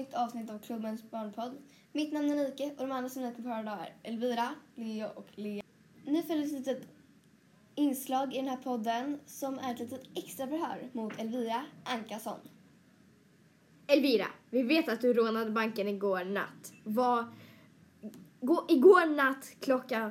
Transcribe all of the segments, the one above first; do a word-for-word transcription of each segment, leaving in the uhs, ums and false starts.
nytt avsnitt av Klubbens barnpodd. Mitt namn är Nike och de andra som ni kommer höra idag är Elvira, Leo och Lea. Nu följer ett litet inslag i den här podden som är ett litet extra förhör mot Elvira Ankasson. Elvira, vi vet att du rånade banken igår natt. Var, gå, igår natt klockan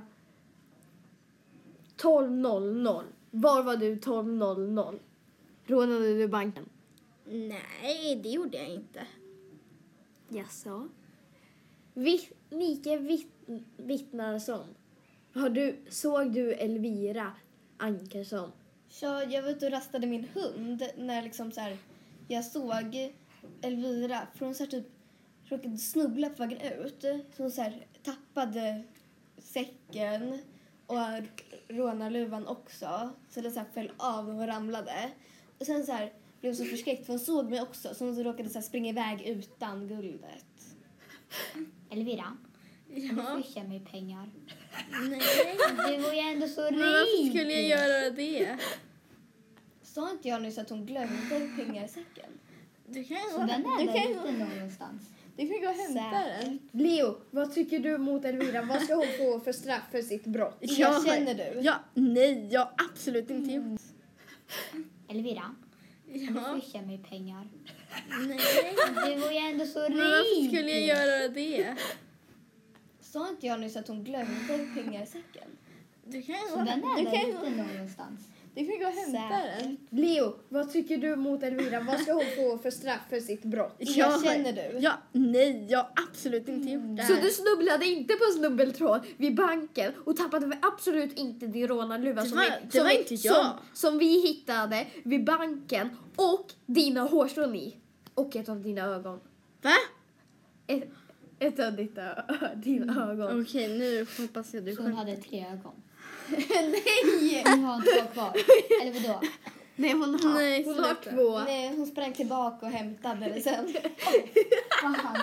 tolv noll noll. Var var du tolv noll noll? Rånade du banken? Nej, det gjorde jag inte. Jaså? Vi, Nike vitt, vittnar som. Har du, såg du Elvira Ankasson? Så jag var ute och rastade min hund när liksom så här, jag såg Elvira från så här typ råkade snubbla på vägen ut. Så hon så här tappade säcken och rånarluvan också. Så det så här föll av och ramlade. Och sen så här blev så förskräckt för hon såg mig också. Så hon råkade så här springa iväg utan guldet. Elvira, Ja. du swishar mig pengar. Nej. Du var ju ändå så Men varför rik. skulle jag göra det? Sa inte jag nyss att hon glömde pengar i säcken? Du kan Så gå, den är du där kan, ute någonstans. du kan gå och hämta den. Leo, vad tycker du mot Elvira? Vad ska hon få för straff för sitt brott? Jag känner du? Ja, nej, jag har absolut inte gjort. Elvira, Ja. du swishar mig pengar. Nej. Du var ju ändå så Men varför rik. skulle jag göra det? Sa inte jag nyss att hon glömde pengar i säcken? Du kan Så gå, den är du där kan, ute någonstans. du kan gå och hämta den. Leo, vad tycker du mot Elvira? Vad ska hon få för straff för sitt brott? Jag känner du? Ja, nej, jag har absolut inte gjort det Så här. du snubblade inte på snubbeltråd vid banken och tappade absolut inte din rånarluva Det som, var- vi, det som, var vi, inte jag. som, som vi hittade vid banken och dina hårstrån i. Och ett av dina ögon. Va? Ett, ett av ditt ö, dina ögon. Okej, nu hoppas jag du Så hon skämtar. hade tre ögon. Nej! Nu har hon två kvar. Eller vadå? Nej, hon har, Nej, hon har sluta. två. Nej, hon sprang tillbaka och hämtade det sen. Fan.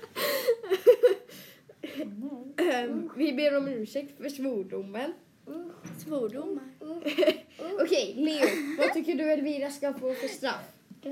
Ehm, vi ber om ursäkt för svordomen. Svordomar. Okej, Leo, vad tycker du Elvira ska få för straff?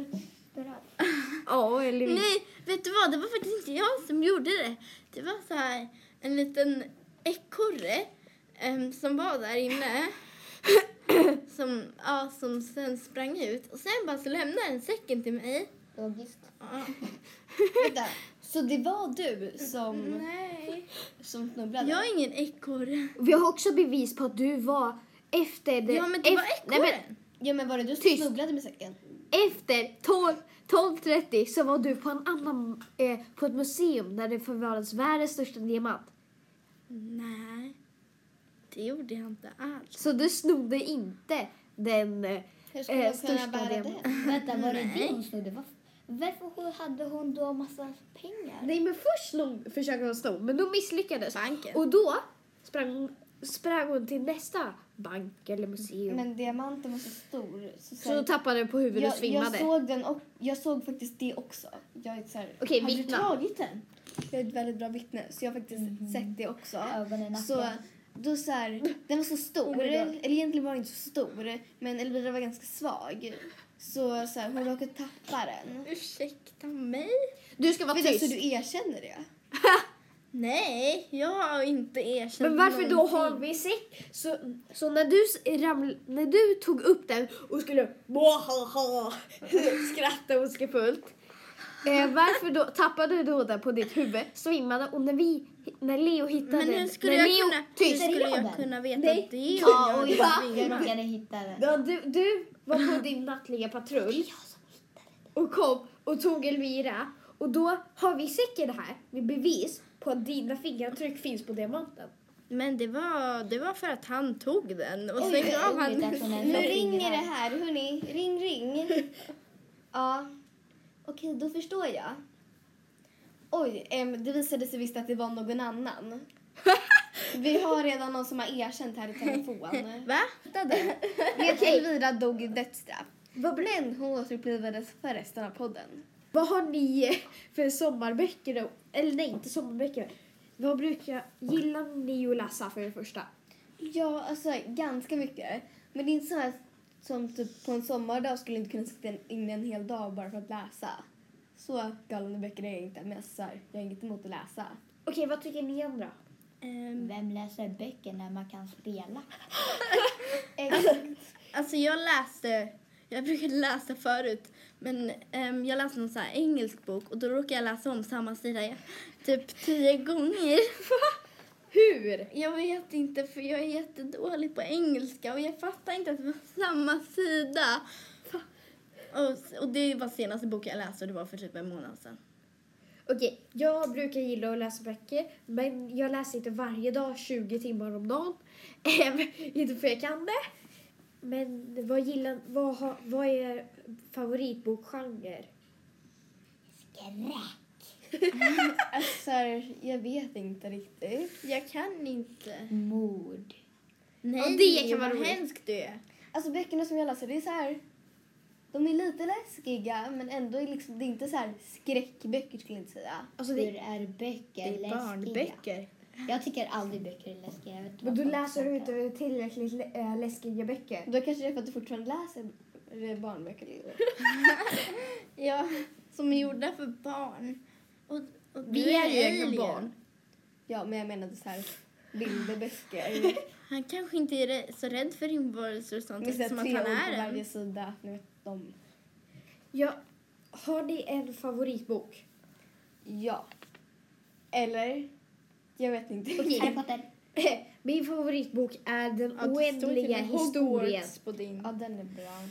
Ja, Elvira. Nej, vet du vad? Det var faktiskt inte jag som gjorde det. Det var så här en liten ekorre em, som var där inne. som, ja, som sen sprang ut. Och sen bara så lämnade den säcken till mig. Logiskt. Ja. Vänta, så det var du som, Nej, som snubblade? jag är ingen ekorre. Vi har också bevis på att du var efter det. Ja, men det var ef- ekorren. nej, men Ja, men var det du som Tyst. snubblade med säcken? efter tolv tolv trettio så var du på en annan eh, på ett museum där det förvarades världens största diamant. Nej, det gjorde jag inte alls. Så du snodde inte den eh, Hur skulle Eh, hon kunna största bära diamant. det? Vänta, var det Nej. det hon snodde? Varför, varför hade hon då massa pengar? Nej, men först slog, försökte hon sno, men då misslyckades. Banken. Och då sprang, hon- sprang hon till nästa bank eller museum. Men diamanten var så stor. Så, så då tappade hon på huvudet och jag, jag svimmade. såg den och jag såg faktiskt det också. Jag är så här, Okej, hade du vittna. tagit den? Jag är ett väldigt bra vittne, så jag har faktiskt sett det också. Ögonen i Så nacken. då så här, den var så stor, Oh my God. eller egentligen var den inte så stor, men Elvira var ganska svag. Så, så här, hon råkade tappa den. Ursäkta mig? Du ska vara Vet du, tyst. så du erkänner det? Nej, jag har inte erkänt Men varför då någonting. har vi sett? Så, så när, du, s- raml, när du tog upp den och skulle skratta ondskefullt. Eh, varför då tappade du då den på ditt huvud, svimmade och när vi när Leo hittade Men hur den. skulle, när jag Leo, kunna, hur tyst. skulle den? jag kunna veta Nej. det? Ja, och jag, jag, jag råkade hitta den. Ja, du, du var på din nattliga patrull och kom och tog Elvira. Och då har vi säkert det här med bevis på att dina fingeravtryck finns på diamanten. Men det var, det var för att han tog den. Och Oj, sen vad gav han... roligt att hon är- Nu Jag ringer ringer det här. här, hörni. Ring, ring. Ja. Okej, då förstår jag. Oj, em, det visade sig visst att det var någon annan. Vi har redan någon som har erkänt här i telefon. Va? Vet Elvira dog i dödsstraff. Men hon återupplivades för resten av podden. Vad har ni för sommarböcker då? Eller nej, inte sommarböcker. Vad brukar, gillar ni att läsa för det första? Ja, alltså ganska mycket. Men det är inte så här som typ på en sommardag skulle inte kunna sitta in en hel dag bara för att läsa. så galna böcker är jag inte. Men så här, jag har inget emot att läsa. Okej, vad tycker ni andra? Ehm, Vem läser böcker när man kan spela? Alltså jag läste, jag brukade läsa förut, men um, jag läste någon så här engelsk bok och då råkade jag läsa om samma sida typ tio gånger. Hur? Jag vet inte, för jag är jättedålig på engelska och jag fattar inte att det var samma sida. Och, och det var senaste boken jag läste och det var för typ en månad sedan. Okej, jag brukar gilla att läsa böcker, men jag läser inte varje dag tjugo timmar om dagen. Ehm, inte för jag kan det. Men vad, gillar, vad, har, vad är favoritbokgenre? Skräck. Alltså, jag vet inte riktigt. Jag kan inte. Mord. Nej, Ja, det kan vara vad roligt. hemskt det är. Alltså böckerna som jag läser, det är så här... De är lite läskiga, men ändå är liksom, det är inte så här skräckböcker skulle jag inte säga. Alltså Hur det, är böcker Det är läskiga? barnböcker. Jag tycker aldrig böcker är läskiga. Jag vet inte men då vad folk läser du snackar. inte tillräckligt lä- äh, läskiga böcker. Då kanske det är för att du fortfarande läser barnböcker. Ja, som är gjorda för barn. Och, och Vi du är ju egna alien. barn. Ja, men jag menade så här bilderböcker. Han kanske inte är rä- så rädd för invarelser och sånt Med så här eftersom att tre han ord på är varje en. sida. Ni vet de. Ja, har ni en favoritbok? Ja. Eller? Jag vet inte. Okej. Harry Potter. Min favoritbok är Den Ja, det står till oändliga och med historien. Hogwarts på din. Ja, den är bra.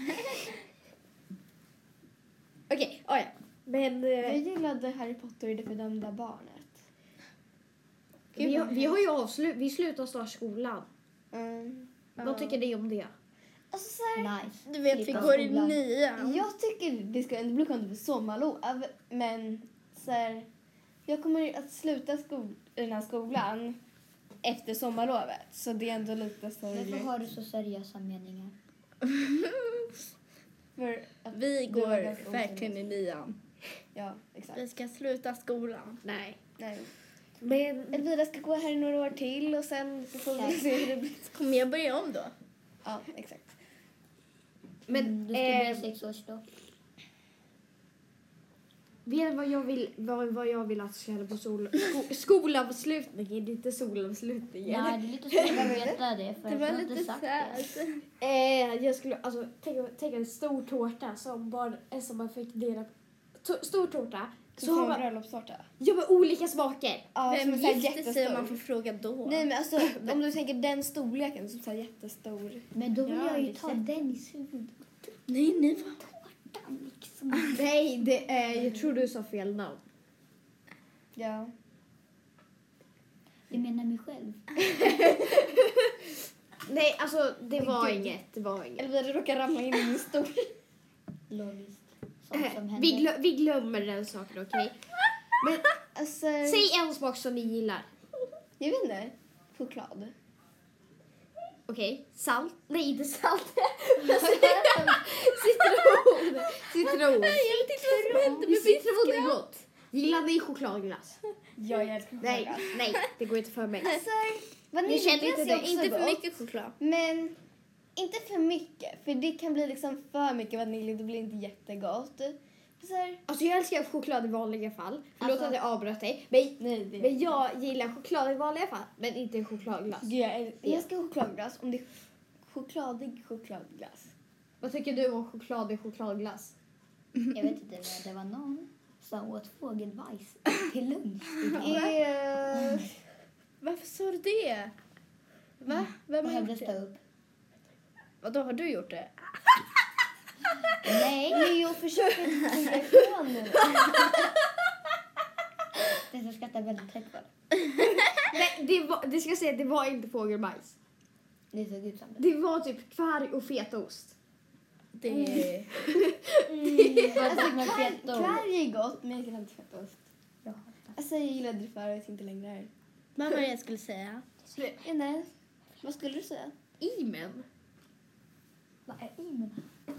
Okej, okay, ja. Men Jag eh, gillade Harry Potter och det fördömda barnet. vi, har- vi har ju avslut, vi slutar snart skolan. Mm. Vad tycker ni om det? Alltså så här, Nice. Du vet, vi Slippa går i skolan. nian. jag tycker det ska det blir skönt att få sommarlov, men så här, jag kommer att sluta skol, i den här skolan efter sommarlovet, så det är ändå lite Varför sorgligt. har du så seriösa meningar? För att Vi du har går ganska verkligen i oseriös. nian. Ja, exakt. Vi ska sluta skolan. Nej. Nej. Men Elvira ska gå här i några år till och sen så får vi se hur det blir. Kommer jag börja om då? Ja, exakt. Men, mm, du ska eh, bli sex år då. vet ni vad jag vill, vad, vad jag vill att ska hända på sol, sko, skolavslutningen, inte solavslutningen. Nej, det är lite svårt att veta det för Det att var jag har inte lite sagt det. sad. Eh, jag skulle, alltså, tänk, tänk en stor tårta som, bara, eh, som man fick dela på. To- Stor tårta. Så Så har har man, bröllopstårta. ja, med olika smaker. Ja, som Vem är så här gifter sig jättestor. om man får fråga då? Nej, men alltså om du tänker den storleken som så här jättestor. Men då vill Ja, jag ju det ta sätter. Dennis huvud. Nej, nej, vad? Tårtan liksom. Nej, det är, jag tror du sa fel namn. Ja. Du menar mig själv? Nej, alltså det var Gud. inget. Det var inget. Elvira råkar ramla in i min stol. Logiskt. Sånt som Eh, händer. vi, glö, vi glömmer den saken, okej? Men Alltså, säg en smak som ni gillar. jag vet inte. Choklad. Okej, salt. Nej, inte salt. Citron. Citron. Jag vet inte vad som hände med Citron är gott. Gillar ni chokladglass? Ja, jag älskar choklad. Nej, nej, det går inte för mig. Alltså, Ni vaniljglass känner inte är det? också Inte för gott, mycket choklad. Men inte för mycket. För det kan bli liksom för mycket vanilj. Det blir inte jättegott. Så här, Alltså jag älskar choklad i vanliga fall. Förlåt Alltså- att jag avbröt dig. Men, nej, det men jag gillar choklad i vanliga fall, men inte chokladglass. Gud, jag, äl- jag älskar chokladglass om det är chokladig chokladglass. Vad tycker du om choklad i chokladglass? Jag vet inte, men det var någon som åt fågelbajs till lunch idag. Eh, Varför sa du det? Va? Vem har Behövde gjort stå det? upp. Vadå, har du gjort det? Nej, Leo försöker inte komma ifrån nu. den som skrattar väldigt högt var. Nej, det, var, det ska jag säga, det var inte fågelbajs. Det såg ut som det. Det var typ kvarg och fetaost. Det Mm. är... Alltså, med kvarg, fetaost. kvarg är gott, men jag gillar inte fetaost. Jag hatar. Alltså, jag gillade det förut, inte längre. Vad var det jag skulle säga? Ja, nej. Vad skulle du säga? Imen. Vad är imen?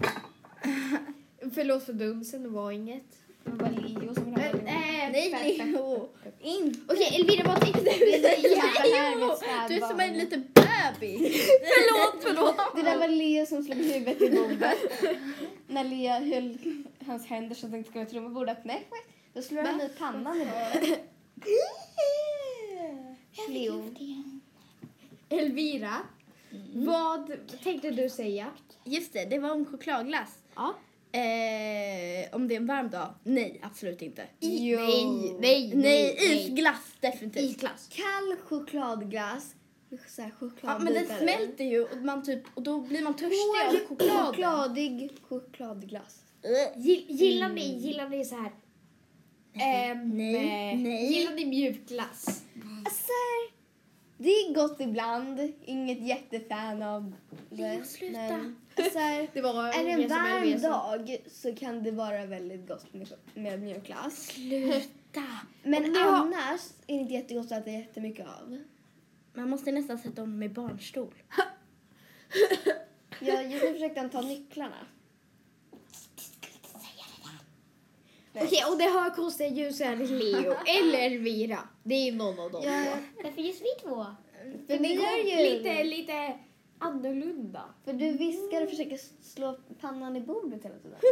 Förlåt för dunsen, det var inget. Det var Leo som Men, ramlade in. äh, Nej, fett, fett. Leo! Inte! Okej, Elvira, vad tänkte Det du? är här med Leo! ett spädbarn. Du är som en liten bebis. Förlåt, förlåt. Det där var Leo som slog huvudet i bordet. När Leo höll hans händer så att det inte ska vara trumbordet. Nej, då slår han i pannan i bordet. Leo. Elvira, vad tänkte du säga? Just det, det var om chokladglass. Ja. Eh, om det är en varm dag? Nej, absolut inte. Jo. Nej, nej, Nej, isglass definitivt. Isglass. Kall chokladglass. Så här, Ja, choklad men den smälter ju och, man typ, och då blir man törstig av Hård, chokladen. chokladig chokladglass. Gill, gillar ni, gillar ni så här? Ehm, Nej, eh, nej. Gillar ni mjukglass? Alltså, det är gott ibland. Inget jättefan av det. Leo, sluta. Men, alltså, Det var är det ungen en som varm Elvira sa. dag så kan det vara väldigt gott med, med mjukglass. Sluta. Men Om ni har- annars är det inte jättegott att äta jättemycket av. Man måste nästan sätta honom i barnstol. Jag just nu försökte han ta nycklarna. Nej. Okej, och det har konstiga ljus så är det Leo eller Elvira. Det är någon av dem. Ja, Varför just vi två? för Ni ni gör är ju lite, lite annorlunda. För du viskar och försöker slå pannan i bordet hela tiden.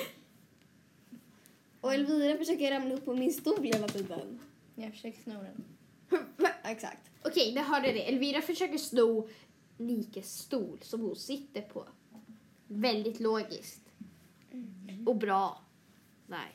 Och Elvira försöker ramla upp på min stol hela tiden. Jag försöker sno den. Ja, exakt. Okej, det hörde det. Elvira försöker sno Nikes stol som hon sitter på. Väldigt logiskt. Och bra. Nej.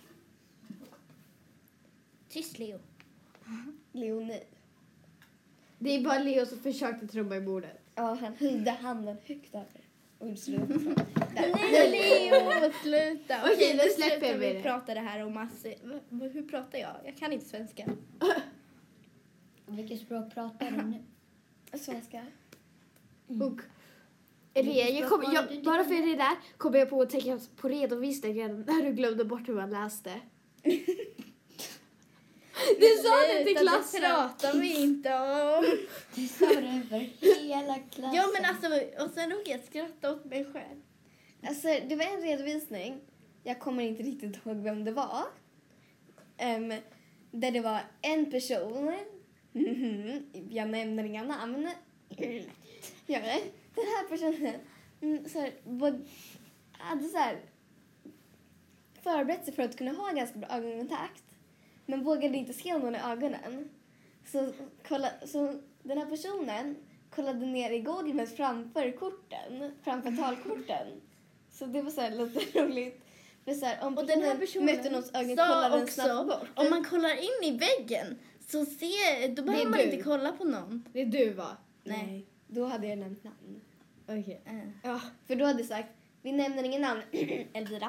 Tyst Leo. Leonie. Det är bara Leo som försökte trumma i bordet. Ja, han höjde handen högt över. Och slog. Nej Leo, sluta. Okej, nu nu släpper slutar vi vi det. prata det här om massor. Va- va- Hur pratar jag? Jag kan inte svenska. Vilket språk pratar du nu? Svenska. Och Elvira, jag kom, jag, bara för det där kommer jag på att tänka på redovisningen när du glömde bort hur man läste. Du sa det till Sluta, klassen. Det pratar vi inte om. Du sa det över hela klassen. Ja men alltså, och sen råkade jag skratta åt mig själv. Alltså, det var en redovisning. Jag kommer inte riktigt ihåg vem det var. Em, där det var en person. Mhm, jag nämner inga namn. Gör det. Den här personen mm, så här, var, hade så här, förberett sig för att kunna ha ganska bra ögonkontakt. Men vågade inte se någon i ögonen. Så, kolla, så den här personen kollade ner i golvet framför korten. Framför talkorten. Så det var så här lite roligt. För så här, om Och den här personen mötte någons ögon sa kollade den också, snabbt bort. om man kollar in i väggen så ser, då behöver man du. inte kolla på någon. Det är du va? Nej, då hade jag nämnt namn. Okej. Äh. Ja. För då hade jag sagt, vi nämner ingen namn. Elvira.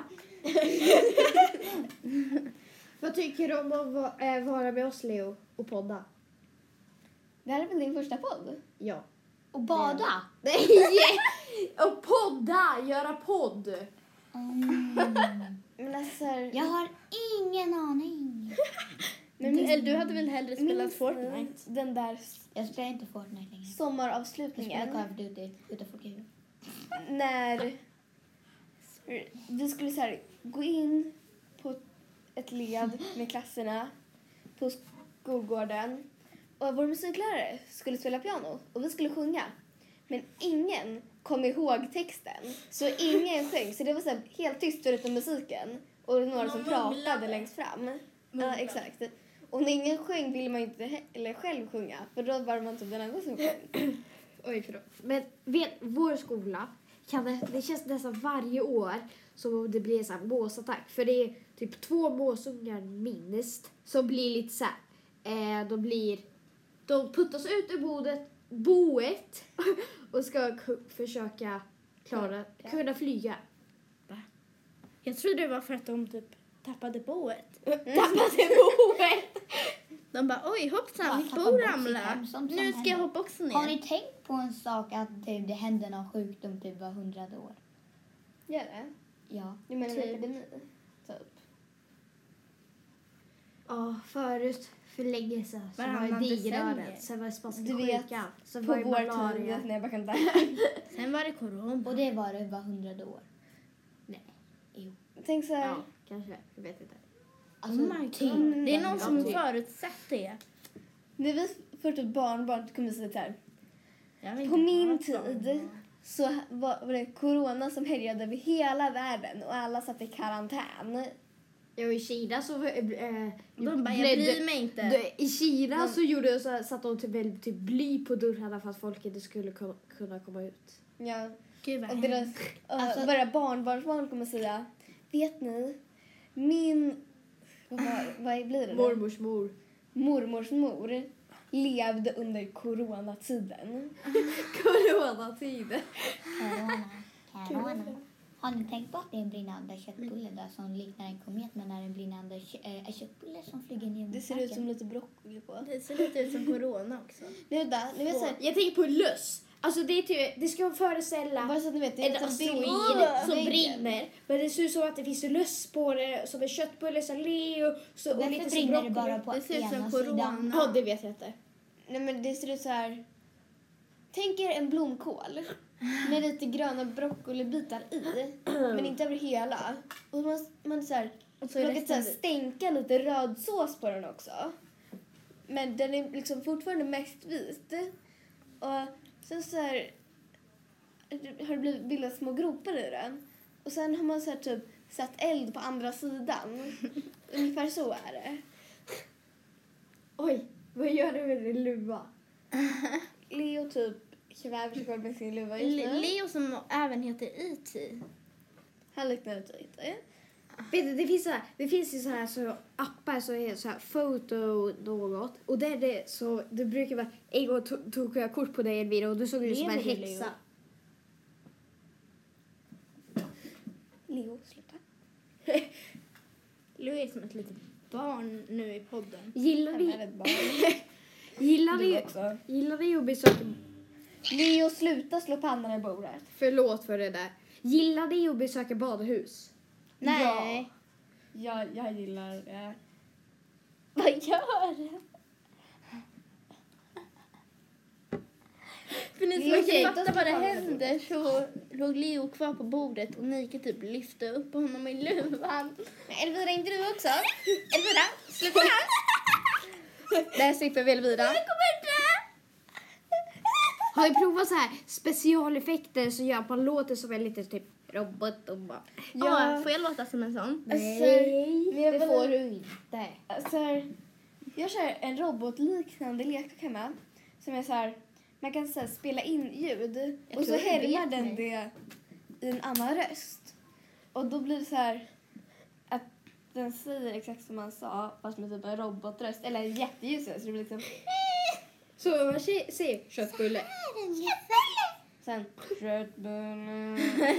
Vad tycker du om att va- äh, vara med oss Leo och podda? Det här är väl din första podd? Ja. Och bada? Nej! Och podda! Göra podd! Mm. Men alltså, så här, Jag har ingen aning. men minns, Eller du hade väl hellre spelat minns Fortnite? ni den där Jag spelar inte Fortnite längre. Jag spelar sommaravslutningen Call of Duty utanför Q. när vi skulle så här, gå in på ett led med klasserna på skolgården och vår musiklärare skulle spela piano och vi skulle sjunga. Men ingen kom ihåg texten, så ingen sjöng. Så det var så här helt tyst förutom musiken och några som pratade längst fram. Ja, exakt. Och när ingen sjöng ville man inte he- eller själv sjunga, för då var man typ den enda som sjöng. Oj, förlåt. Men vet, vår skola, kan det, det känns nästan varje år som om det blir en sån här måsattack. För det är typ två måsungar minst som blir lite så här, eh, de blir, de puttas ut ur boet, boet och ska ku- försöka klara, kunna flyga. Jag trodde det var för att de typ tappade boet. Tappade boet! De bara, oj hoppsan, Ja, mitt tappa bo bort sitt ramlar. hem, sånt som Nu ska jag händer. hoppa också ner. Har ni tänkt på en sak att typ, det händer någon sjukdom typ var hundrade år? Gör det? Ja. Du menar Typ. en epidemi? Typ. Ja, förut för länge sedan så var Varannan det decennium. digröret, sen var det spanska Du vet, sjukan, sen På var det vår malaria. tid när jag bara kan där. Sen var det corona. Och det var det var hundrade år. Nej. Tänk så här. Ja, kanske. Jag vet inte. Alltså, Oh my typ. God. Det är någon Ja, som typ. förutsett det. När vi får ett barnbarn kommer vi säga så här. Jag vet På inte min vad tid som- så var var det corona som härjade över hela världen och alla satt i karantän. Ja, i Kina så... Äh, De bara, jag bryr mig inte. I Kina så gjorde så satt de typ, väldigt, typ bly på dörrarna för att folk inte skulle ko- kunna komma ut. Ja. Gud vad Och hemskt. deras, och Alltså- våra barnbarnsbarn kommer säga, vet ni, min, vad, var, vad blir det? då? Mormors mor. Mormors mor levde under coronatiden. Coronatiden. Corona. Corona. Har ni tänkt på att det är en brinnande köttbulle där som liknar en komet men är en brinnande kö- äh, köttbulle som flyger ner Det ser ut som lite broccoli på. Det ser lite ut som corona också. Nu vänta, ni vet såhär, Jag tänker på löss. Alltså det, är typ, det ska föreställa bara så att ni vet, det en är lite bild asteroid på som väggen. brinner. Men det ser ut som att det finns löss på det som en köttbulle som Leo. Så, och Varför lite som brinner det broccoli. bara på Det ser ut som ena corona. sidan? Ja, det vet jag inte. Nej men det ser ut så här. Tänk er en blomkål med lite gröna broccolibitar i, men inte över hela. Och man, man så här, Och så är råkat så här resten- stänka lite röd sås på den också. Men den är liksom fortfarande mest vit. Och sen så här har det blivit bildat små gropar i den. Och sen har man så här typ satt eld på andra sidan. Ungefär så är det. Oj, vad gör du med din luva? Leo typ kväver sig själv med sin luva just Le- nu. Leo som även heter E T Han liknar lite inte. Vet du, det finns så här, det finns ju så här så appar som är så här foto något och där det så det brukar vara en gång to- tog jag kort på dig Elvira och du såg ut som en Lever du, häxa. Leo, sluta. Leo är som ett litet barn nu i podden. Gillar Han är ni ett barn. gillar Du ni också. gillar ni att besöka Leo, sluta slå pannan i bordet. förlåt för det där. Gillar ni att besöka badhus? Nej. Ja, jag gillar det. Vad gör du? För ni som Leo, inte sluta fattar slå vad det pannan i hände så låg Leo kvar på bordet och Nike typ lyfte upp honom i luvan. Men Elvira, inte du också? Elvira, sluta här. Där slipper vi Elvira. Har ni provat så här specialeffekter som gör att man låter som en liten typ robot och bara... Ja. Får jag låta som en sån? Nej, men jag det vill- får du inte. Så här, jag kör en robotliknande leksak hemma. Som är så här, man kan så här, spela in ljud. Jag och så tror du härmar vet den mig. det i en annan röst. Och då blir det så här att den säger exakt som man sa fast med typ en robotröst. Eller en jätteljus röst. Så det blir liksom Så vad säger se köttbulle? sen köttbulle.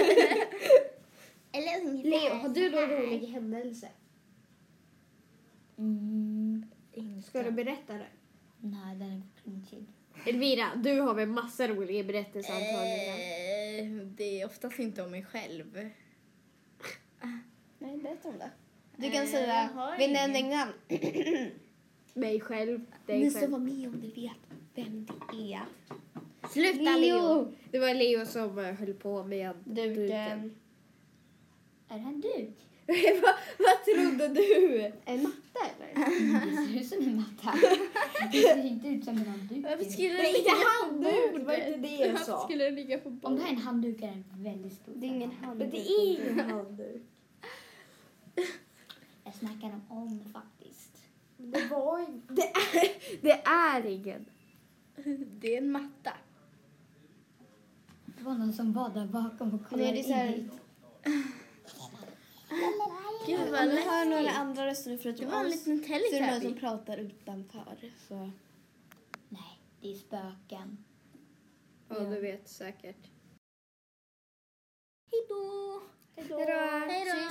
Eller ungefär. Leo, har du någon rolig händelse? Mm, Ska du berätta det? nej, den är cringy. Elvira, du har väl massa roliga berättelser antagligen? Eh, det är oftast inte om mig själv. Nej, berätta om det. Du kan Eh, jag säga, har vi nämner ingen. namn. Mig själv, dig Ni som själv. var med om det vet vem det är. Sluta Leo! Det var Leo som eh, höll på med Duken. Är det en duk? vad, vad trodde du? En matta eller? Det ser ut som en matta. Det ser inte ut som en handduk. Varför skulle Men den inte ligga på handduk, bordet? det var inte det jag Varför sa. skulle den ligga på Om bordet? det här är en handduk är den väldigt stor. Det är ingen Men handduk. det är ingen handduk. Jag snackar om om faktiskt. Det var inte... Det är, det är ingen. Det är en matta. Det var någon som var där bakom och kollade Nej, det är så här- in hit. Gud vad Om du hör några läskigt. andra röster förutom Det var en oss liten så är det någon som Teletubby. pratar utanför. Så. Nej, det är spöken. Ja, du vet säkert. Hejdå! Hejdå! Hejdå!